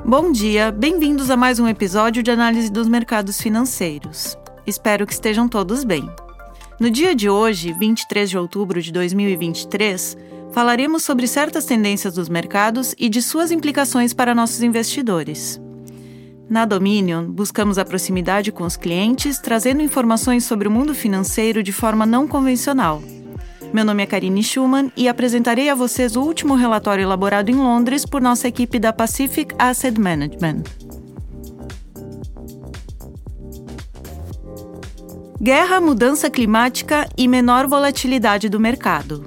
Bom dia, bem-vindos a mais um episódio de análise dos mercados financeiros. Espero que estejam todos bem. No dia de hoje, 23 de outubro de 2023, falaremos sobre certas tendências dos mercados e de suas implicações para nossos investidores. Na Dominion, buscamos a proximidade com os clientes, trazendo informações sobre o mundo financeiro de forma não convencional. Meu nome é Karine Schumann e apresentarei a vocês o último relatório elaborado em Londres por nossa equipe da Pacific Asset Management. Guerra, mudança climática e menor volatilidade do mercado.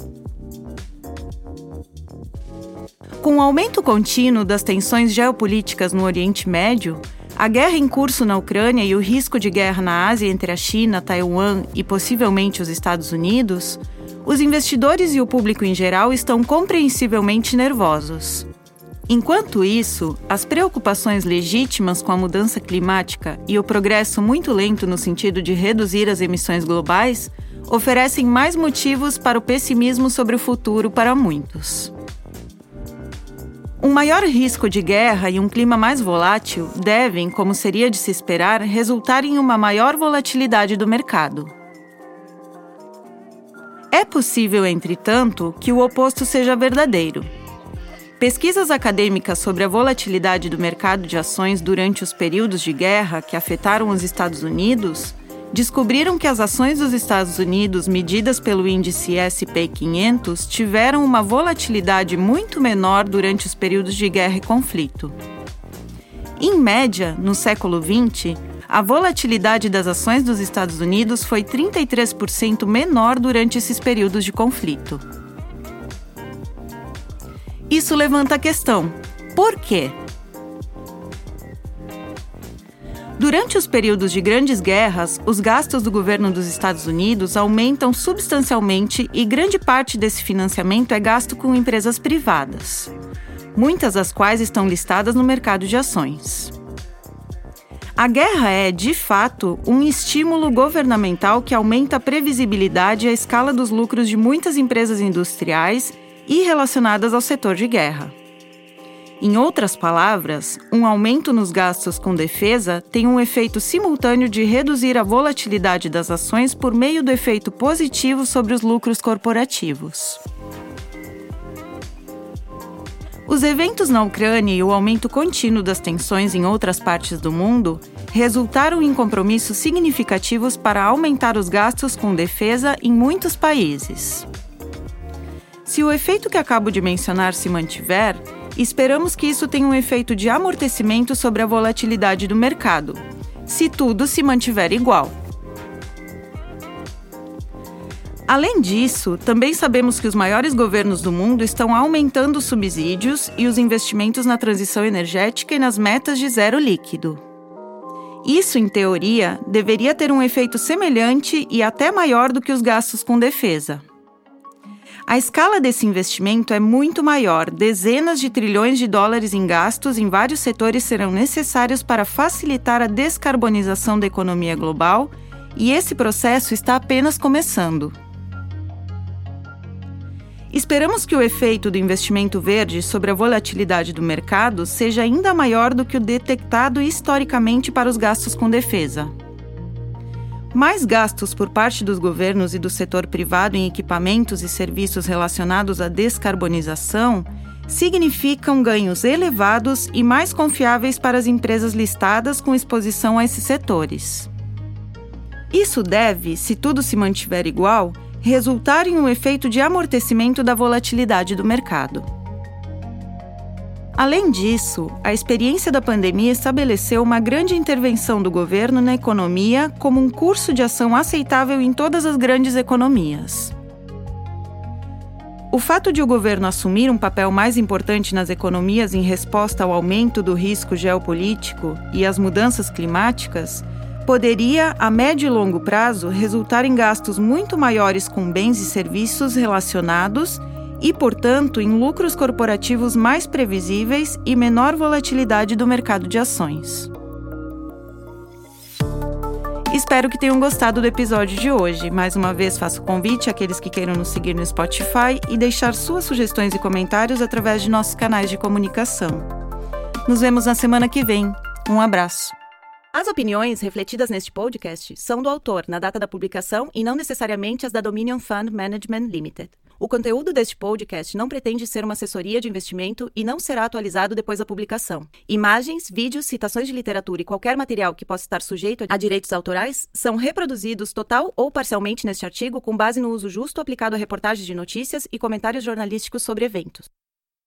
Com o aumento contínuo das tensões geopolíticas no Oriente Médio, a guerra em curso na Ucrânia e o risco de guerra na Ásia entre a China, Taiwan e possivelmente os Estados Unidos, os investidores e o público em geral estão compreensivelmente nervosos. Enquanto isso, as preocupações legítimas com a mudança climática e o progresso muito lento no sentido de reduzir as emissões globais oferecem mais motivos para o pessimismo sobre o futuro para muitos. Um maior risco de guerra e um clima mais volátil devem, como seria de se esperar, resultar em uma maior volatilidade do mercado. É possível, entretanto, que o oposto seja verdadeiro. Pesquisas acadêmicas sobre a volatilidade do mercado de ações durante os períodos de guerra que afetaram os Estados Unidos descobriram que as ações dos Estados Unidos medidas pelo índice S&P 500 tiveram uma volatilidade muito menor durante os períodos de guerra e conflito. Em média, no século XX, a volatilidade das ações dos Estados Unidos foi 33% menor durante esses períodos de conflito. Isso levanta a questão: por quê? Durante os períodos de grandes guerras, os gastos do governo dos Estados Unidos aumentam substancialmente e grande parte desse financiamento é gasto com empresas privadas, muitas das quais estão listadas no mercado de ações. A guerra é, de fato, um estímulo governamental que aumenta a previsibilidade e a escala dos lucros de muitas empresas industriais e relacionadas ao setor de guerra. Em outras palavras, um aumento nos gastos com defesa tem um efeito simultâneo de reduzir a volatilidade das ações por meio do efeito positivo sobre os lucros corporativos. Os eventos na Ucrânia e o aumento contínuo das tensões em outras partes do mundo resultaram em compromissos significativos para aumentar os gastos com defesa em muitos países. Se o efeito que acabo de mencionar se mantiver, esperamos que isso tenha um efeito de amortecimento sobre a volatilidade do mercado, se tudo se mantiver igual. Além disso, também sabemos que os maiores governos do mundo estão aumentando os subsídios e os investimentos na transição energética e nas metas de zero líquido. Isso, em teoria, deveria ter um efeito semelhante e até maior do que os gastos com defesa. A escala desse investimento é muito maior, dezenas de trilhões de dólares em gastos em vários setores serão necessários para facilitar a descarbonização da economia global, e esse processo está apenas começando. Esperamos que o efeito do investimento verde sobre a volatilidade do mercado seja ainda maior do que o detectado historicamente para os gastos com defesa. Mais gastos por parte dos governos e do setor privado em equipamentos e serviços relacionados à descarbonização significam ganhos elevados e mais confiáveis para as empresas listadas com exposição a esses setores. Isso deve, se tudo se mantiver igual, resultar em um efeito de amortecimento da volatilidade do mercado. Além disso, a experiência da pandemia estabeleceu uma grande intervenção do governo na economia como um curso de ação aceitável em todas as grandes economias. O fato de o governo assumir um papel mais importante nas economias em resposta ao aumento do risco geopolítico e às mudanças climáticas poderia, a médio e longo prazo, resultar em gastos muito maiores com bens e serviços relacionados e, portanto, em lucros corporativos mais previsíveis e menor volatilidade do mercado de ações. Espero que tenham gostado do episódio de hoje. Mais uma vez, faço o convite àqueles que queiram nos seguir no Spotify e deixar suas sugestões e comentários através de nossos canais de comunicação. Nos vemos na semana que vem. Um abraço. As opiniões refletidas neste podcast são do autor na data da publicação e não necessariamente as da Dominion Fund Management Limited. O conteúdo deste podcast não pretende ser uma assessoria de investimento e não será atualizado depois da publicação. Imagens, vídeos, citações de literatura e qualquer material que possa estar sujeito a direitos autorais são reproduzidos total ou parcialmente neste artigo com base no uso justo aplicado a reportagens de notícias e comentários jornalísticos sobre eventos.